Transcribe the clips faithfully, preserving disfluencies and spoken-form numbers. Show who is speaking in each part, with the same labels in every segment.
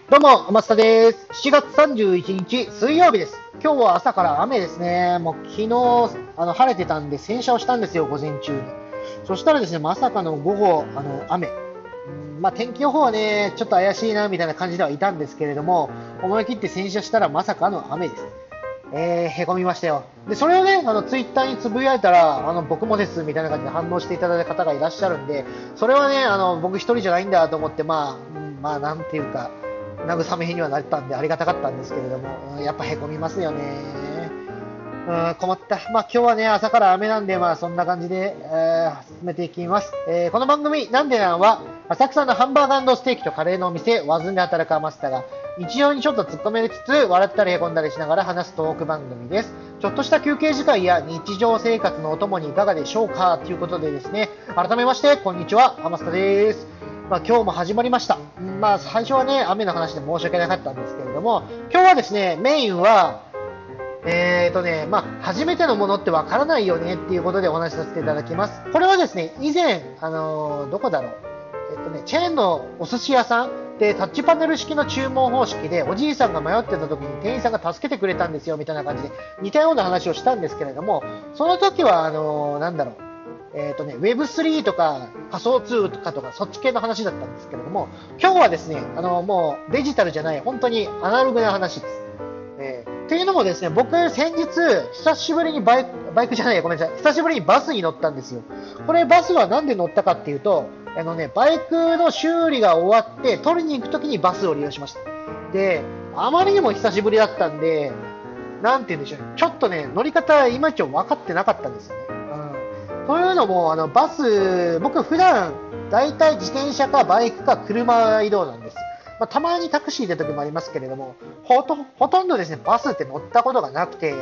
Speaker 1: どうも、天下です。しちがつさんじゅういちにち水曜日です。今日は朝から雨ですね。もう昨日、あの晴れてたんで洗車をしたんですよ、午前中に。そしたらですね、まさかの午後、あの雨。うんまあ、天気予報はね、ちょっと怪しいなみたいな感じではいたんですけれども、思い切って洗車したらまさかの雨です。えー、へこみましたよ。で、それをね、あの、ツイッターにつぶやいたら、あの、僕もですみたいな感じで反応していただいた方がいらっしゃるんで、それはね、あの、僕一人じゃないんだと思って、まあ、うんまあ、なんていうか、慰めにはなったんでありがたかったんですけれども、うんやっぱへこみますよね。うん、困った。まあ今日はね、朝から雨なんで、まあそんな感じで、えー進めていきます。えーこの番組、なんでなんは、浅草のハンバーガーステーキとカレーのお店、ワズンで働くマスターが、日常にちょっと突っ込めつつ、笑ったりへこんだりしながら話すトーク番組です。ちょっとした休憩時間や日常生活のお供にいかがでしょうかということでですね、改めまして、こんにちは、天下です。まあ、今日も始まりました。まあ、最初はね、雨の話で申し訳なかったんですけれども、今日はですね、メインは、えーとね、まあ、初めてのものってわからないよねっていうことでお話しさせていただきます。これはですね、以前、あのーどこだろう。えっとね、チェーンのお寿司屋さんでタッチパネル式の注文方式でおじいさんが迷ってた時に店員さんが助けてくれたんですよみたいな感じで似たような話をしたんですけれども、その時は、あのーなんだろう。えーとね、ウェブスリー とか仮想通貨とかそっち系の話だったんですけれども、今日はですね、あのもうデジタルじゃない、本当にアナログな話です。えーっていうのもですね、僕先日、久しぶりにバイク、バイクじゃないや、ごめんなさい、久しぶりにバスに乗ったんですよ。これバスはなんで乗ったかっていうと、あのね、バイクの修理が終わって取りに行くときにバスを利用しました。で、あまりにも久しぶりだったんで、なんて言うんでしょうね、ちょっとね、乗り方いまいち分かってなかったんですよね。うん。というのも、あの、バス、僕普段、だいたい自転車かバイクか車移動なんです。まあ、たまにタクシーで時もありますけれども、ほと、ほとんどですね、バスって乗ったことがなくて、うん、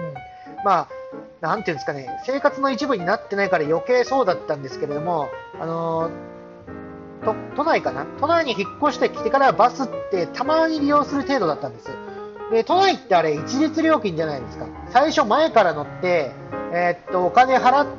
Speaker 1: まあ、なんていうんですかね、生活の一部になってないから余計そうだったんですけれども、あのー都都内かな都内に引っ越してきてからバスってたまに利用する程度だったんです。で、都内ってあれ一律料金じゃないですか。最初前から乗って、えーっと、お金払って、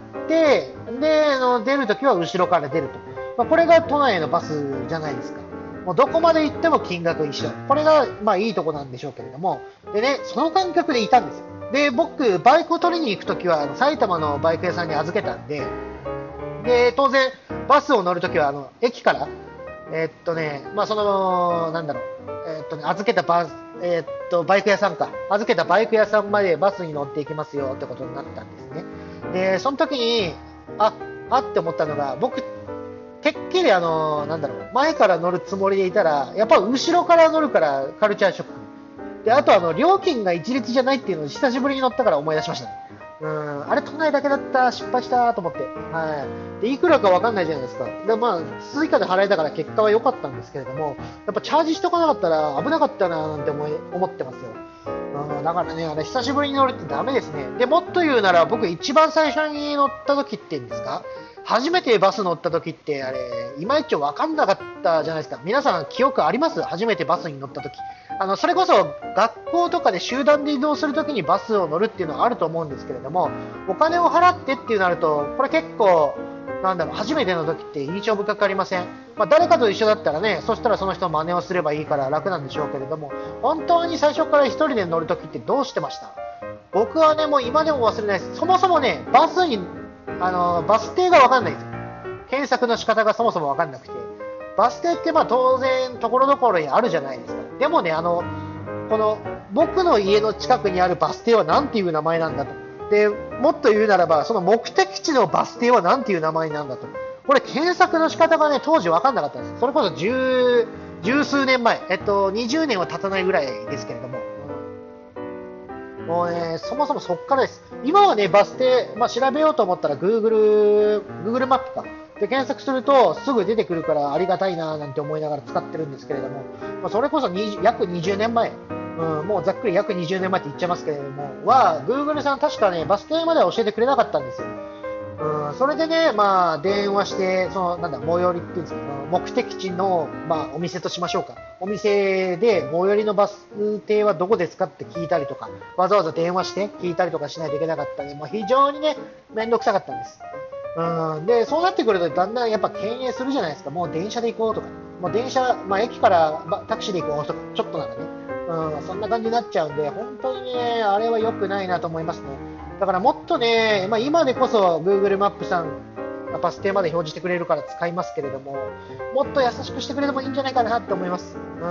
Speaker 1: で、あの出るときは後ろから出ると。まあ、これが都内のバスじゃないですか。もうどこまで行っても金額一緒。これが、まあいいとこなんでしょうけれども。でね、その感覚でいたんですよ。で、僕、バイクを取りに行くときは、あの埼玉のバイク屋さんに預けたんで、で、当然、バスを乗るときは、あの、駅から、えーっとね、まあ、その、なんだろう、えーっとね、預けたバス、えーっと、バイク屋さんか、預けたバイク屋さんまでバスに乗っていきますよってことになったんですね。で、その時に、あ、あって思ったのが、僕、てっきりあの、なんだろう、前から乗るつもりでいたら、やっぱ後ろから乗るからカルチャーショック。で、あとあの、料金が一律じゃないっていうのを久しぶりに乗ったから思い出しましたね。うん、あれ都内だけだった、失敗したと思って。はい。で、いくらかわかんないじゃないですか。で、まあ、追加で払えたから結果は良かったんですけれども、やっぱチャージしとかなかったら危なかったななんて思い、思ってますよ。うん、だからね、あれ久しぶりに乗るってダメですね。で、もっと言うなら僕一番最初に乗った時って言うんですか初めてバス乗った時ってあれ、いまいち分かんなかったじゃないですか。皆さん記憶あります初めてバスに乗った時。あの、それこそ学校とかで集団で移動する時にバスを乗るっていうのはあると思うんですけれども、お金を払ってっていうなると、これ結構、なんだろう、初めての時って印象深くありません？まあ、誰かと一緒だったらね、そしたらその人の真似をすればいいから楽なんでしょうけれども、本当に最初から一人で乗る時ってどうしてました？僕はね、もう今でも忘れないです。そもそもね、バスに、あの、バス停がわかんないんですよ。検索の仕方がそもそもわかんなくて。バス停ってまあ当然、ところどころにあるじゃないですか。でもね、あの、この、僕の家の近くにあるバス停は何ていう名前なんだと。で、もっと言うならば、その目的地のバス停は何ていう名前なんだと。これ検索の仕方がね、当時わかんなかったんです。それこそ十、十数年前。えっと、にじゅうねんは経たないぐらいですけれども。もうね、そもそもそっからです。今はね、バス停、まあ、調べようと思ったら Google、Google マップか。で、検索するとすぐ出てくるからありがたいなぁなんて思いながら使ってるんですけれども、まあ、それこそにじゅう約にじゅうねんまえ、うん、もうざっくり約にじゅうねんまえって言っちゃいますけれども、は、Google さん確かね、バス停までは教えてくれなかったんですよ。うん、それでね、まあ、電話して、その、なんだ、最寄りっていうんですか、目的地の、まあ、お店としましょうか。お店で、最寄りのバス停はどこですかって聞いたりとか、わざわざ電話して聞いたりとかしないといけなかったんで、まあ、非常にね、めんどくさかったんです。うん、で、そうなってくると、だんだんやっぱ敬遠するじゃないですか。もう電車で行こうとか。 もう電車、まあ、駅からばタクシーで行くとちょっとならね、うん、そんな感じになっちゃうんで、本当にね、あれは良くないなと思いますね。だからもっとね、まあ、今でこそ Google マップさん、バス停まで表示してくれるから使いますけれども、もっと優しくしてくれてもいいんじゃないかなって思います。うん、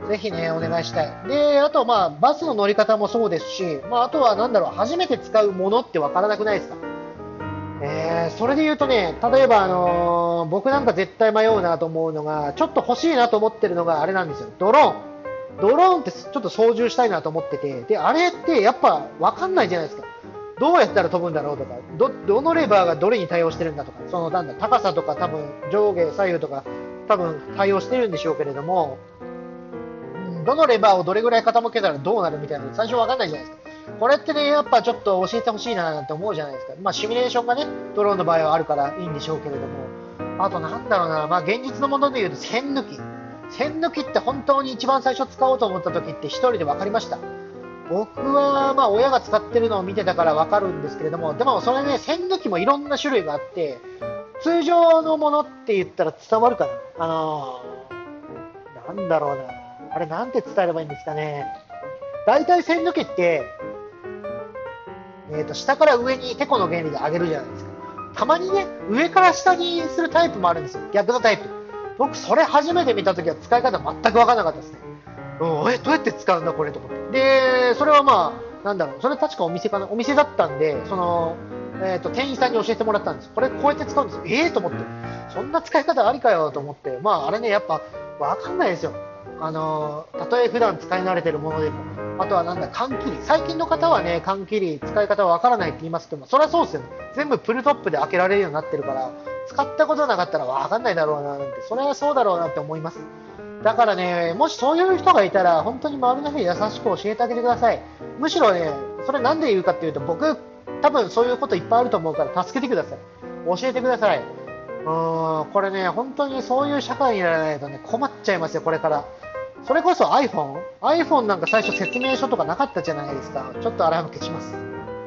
Speaker 1: ぜひね、お願いしたい。で、あと、まあ、バスの乗り方もそうですし、まあ、あとはなんだろう、初めて使うものってわからなくないですか？えー、それで言うとね、例えば、あのー僕なんか絶対迷うなと思うのが、ちょっと欲しいなと思ってるのがあれなんですよ、ドローン。ドローンってちょっと操縦したいなと思ってて、で、あれってやっぱ分かんないじゃないですか。どうやったら飛ぶんだろうとか、ど、どのレバーがどれに対応してるんだとか、そのなんだ、高さとか多分上下左右とか多分対応してるんでしょうけれども、うんどのレバーをどれぐらい傾けたらどうなるみたいなの最初分かんないじゃないですか。これってね、やっぱちょっと教えてほしいなって思うじゃないですか。まあシミュレーションがね、ドローンの場合はあるからいいんでしょうけれども、あとなんだろうな、まあ現実のもので言うと線抜き。線抜きって本当に一番最初使おうと思った時って一人で分かりました？僕はまあ親が使ってるのを見てたから分かるんですけれども、でもそれね、線抜きもいろんな種類があって、通常のものって言ったら伝わるかな、あのーなんだろうな、あれなんて伝えればいいんですかね。大体線抜きって、えーと、下から上にテコの原理で上げるじゃないですか。たまにね、上から下にするタイプもあるんですよ。逆のタイプ。僕、それ初めて見たときは使い方全く分からなかったですね。うん、え、どうやって使うんだこれと思って。で、それはまあ、なんだろう、それ確かお店かな、お店だったんで、その、えっと、店員さんに教えてもらったんです。これこうやって使うんですよ。ええー、と思って。そんな使い方ありかよと思って。まあ、あれね、やっぱ、わかんないですよ。あのー、たとえ普段使い慣れてるものでも。あとはなんだ、缶切り。最近の方はね、缶切り、使い方わからないって言いますけども、そりゃそうですよね。全部プルトップで開けられるようになってるから、使ったことなかったらわかんないだろうな、なんて。それはそうだろうなって思います。だからね、もしそういう人がいたら、本当に周りの人に優しく教えてあげてください。むしろね、それなんで言うかっていうと、僕、多分そういうこといっぱいあると思うから助けてください。教えてください。うーん、これね、本当にそういう社会にならないとね、困っちゃいますよ、これから。それこそ iPhone?iPhone iPhone なんか最初説明書とかなかったじゃないですか。ちょっとアラーム消します。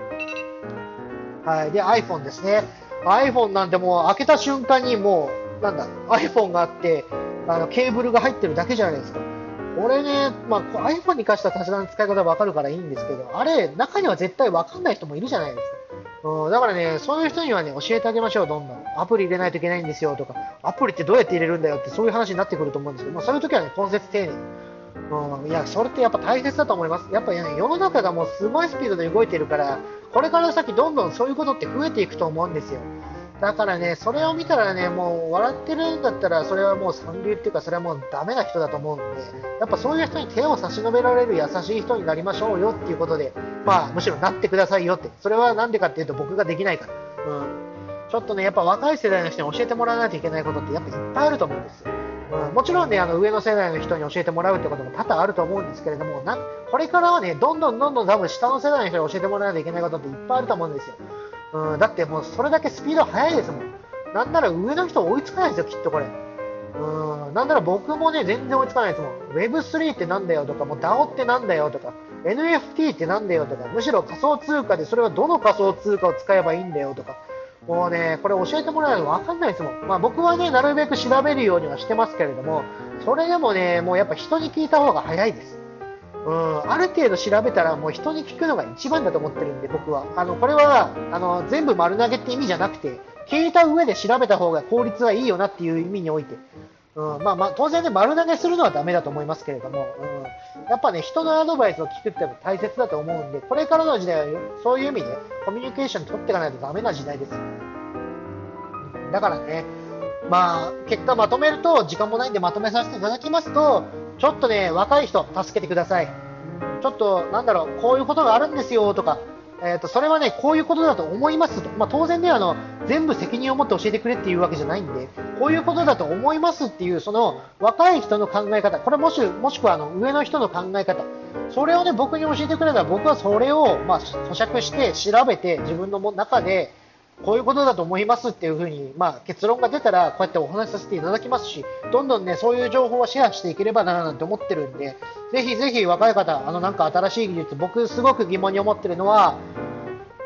Speaker 1: はい。で、iPhone ですね。iPhone なんてもう開けた瞬間にもう、なんだ、iPhone があって、あの、ケーブルが入ってるだけじゃないですか。これね、まあ、iPhone に関してはさすがに使い方わかるからいいんですけど、あれ、中には絶対わかんない人もいるじゃないですか。うん、だからね、そういう人にはね、教えてあげましょう、どんどん。アプリ入れないといけないんですよとか、アプリってどうやって入れるんだよって、そういう話になってくると思うんですけど、まあ、そういう時はね、根節丁寧に。うん、いや、それってやっぱ大切だと思います。やっぱりね、世の中がもうすごいスピードで動いてるから、これから先どんどんそういうことって増えていくと思うんですよ。だからね、それを見たらね、もう笑ってるんだったら、それはもう三流っていうか、それはもうダメな人だと思うんで、やっぱそういう人に手を差し伸べられる優しい人になりましょうよっていうことで、まあ、むしろなってくださいよって、それはなんでかっていうと僕ができないから。うん。ちょっとね、やっぱ若い世代の人に教えてもらわないといけないことってやっぱいっぱいあると思うんですよ。うん、もちろんね、あの上の世代の人に教えてもらうってことも多々あると思うんですけれども、なこれからはね、どんどんどんどん多分下の世代の人に教えてもらわないといけないことっていっぱいあると思うんですよ。うん、だってもうそれだけスピード速いですもん。なんなら上の人追いつかないですよ、きっとこれ。うん、なんなら僕もね、全然追いつかないですもん。ウェブスリー ってなんだよとか、もう ダオ ってなんだよとか、エヌエフティー ってなんだよとか、むしろ仮想通貨でそれはどの仮想通貨を使えばいいんだよとか、もうね、これ教えてもらえないと分かんないですもん。まあ僕はね、なるべく調べるようにはしてますけれども、それでもね、もうやっぱ人に聞いた方が早いです。うん、ある程度調べたらもう人に聞くのが一番だと思ってるんで、僕は。あの、これは、あの、全部丸投げって意味じゃなくて、聞いた上で調べた方が効率はいいよなっていう意味において。うん、まあまあ、当然ね、丸投げするのはダメだと思いますけれども、うん、やっぱね、人のアドバイスを聞くってのも大切だと思うんで、これからの時代はそういう意味でコミュニケーション取っていかないとダメな時代です。だからね、まあ、結果まとめると、時間もないんでまとめさせていただきますと、ちょっとね、若い人、助けてください。ちょっと、なんだろう、こういうことがあるんですよとか、えーと、それはね、こういうことだと思いますと。まあ、当然ね、あの、全部責任を持って教えてくれっていうわけじゃないんで、こういうことだと思いますっていう、その、若い人の考え方、これもし、もしくはあの、上の人の考え方、それをね、僕に教えてくれたら、僕はそれを、まあ、咀嚼して、調べて、自分の中で、こういうことだと思いますっていうふうに、まあ、結論が出たらこうやってお話しさせていただきますし、どんどんね、そういう情報はシェアしていければななんて思ってるんで、ぜひぜひ若い方、あのなんか新しい技術、僕すごく疑問に思ってるのは、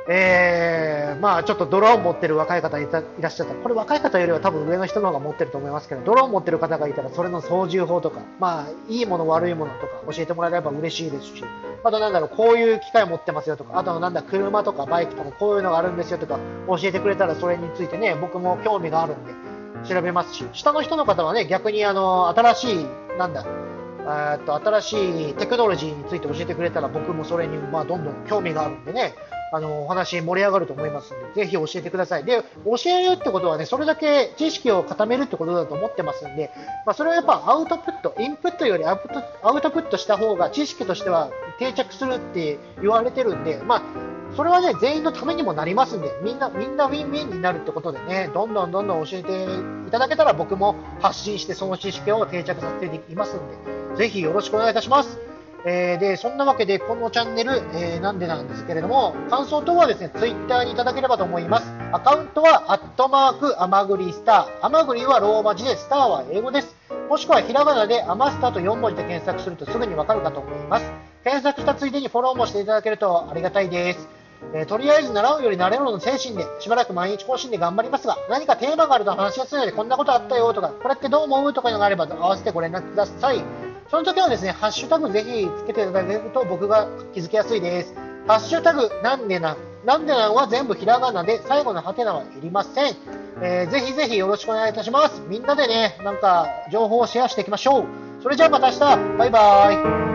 Speaker 1: えー、まあちょっとドローン持ってる若い方いたいらっしゃったら、これ若い方よりは多分上の人の方が持ってると思いますけど、ドローン持ってる方がいたら、それの操縦法とか、まあいいもの悪いものとか教えてもらえれば嬉しいですし、あとなんだろう、こういう機械持ってますよとか、あとなんだ、車とかバイクとかこういうのがあるんですよとか教えてくれたら、それについてね、僕も興味があるんで調べますし、下の人の方はね、逆にあの、新しい、なんだ、えっと新しいテクノロジーについて教えてくれたら、僕もそれにまあどんどん興味があるんでね、あのお話盛り上がると思いますので、ぜひ教えてください。で、教えるってことはね、それだけ知識を固めるってことだと思ってますんで、まあ、それはやっぱアウトプット、インプットよりアウトアウトプットした方が知識としては定着するって言われてるんで、まあそれはね、全員のためにもなりますんで、みんな、みんなウィンウィンになるってことでね、どんどんどんどん教えていただけたら、僕も発信してその知識を定着させていきますんで、ぜひよろしくお願いいたします。えー、で、そんなわけで、このチャンネル、えー、なんでなんですけれども、感想等はですね、ツイッターにいただければと思います。アカウントは、アットマーク、アマグリスター。アマグリはローマ字で、スターは英語です。もしくはひらがなでアマスタとよん文字で検索するとすぐにわかるかと思います。検索したついでにフォローもしていただけるとありがたいです。えー、とりあえず習うより慣れるの精神でしばらく毎日更新で頑張りますが、何かテーマがあると話しやすいので、こんなことあったよとか、これってどう思うとかいうのがあれば合わせてご連絡ください。その時はですね、ハッシュタグぜひつけていただけると僕が気づきやすいです。ハッシュタグなんでなん、なんでなんは全部ひらがなで、最後のハテナはいりません。えー、ぜひぜひよろしくお願いいたします。みんなでね、なんか情報をシェアしていきましょう。それじゃあまた明日、バイバイ。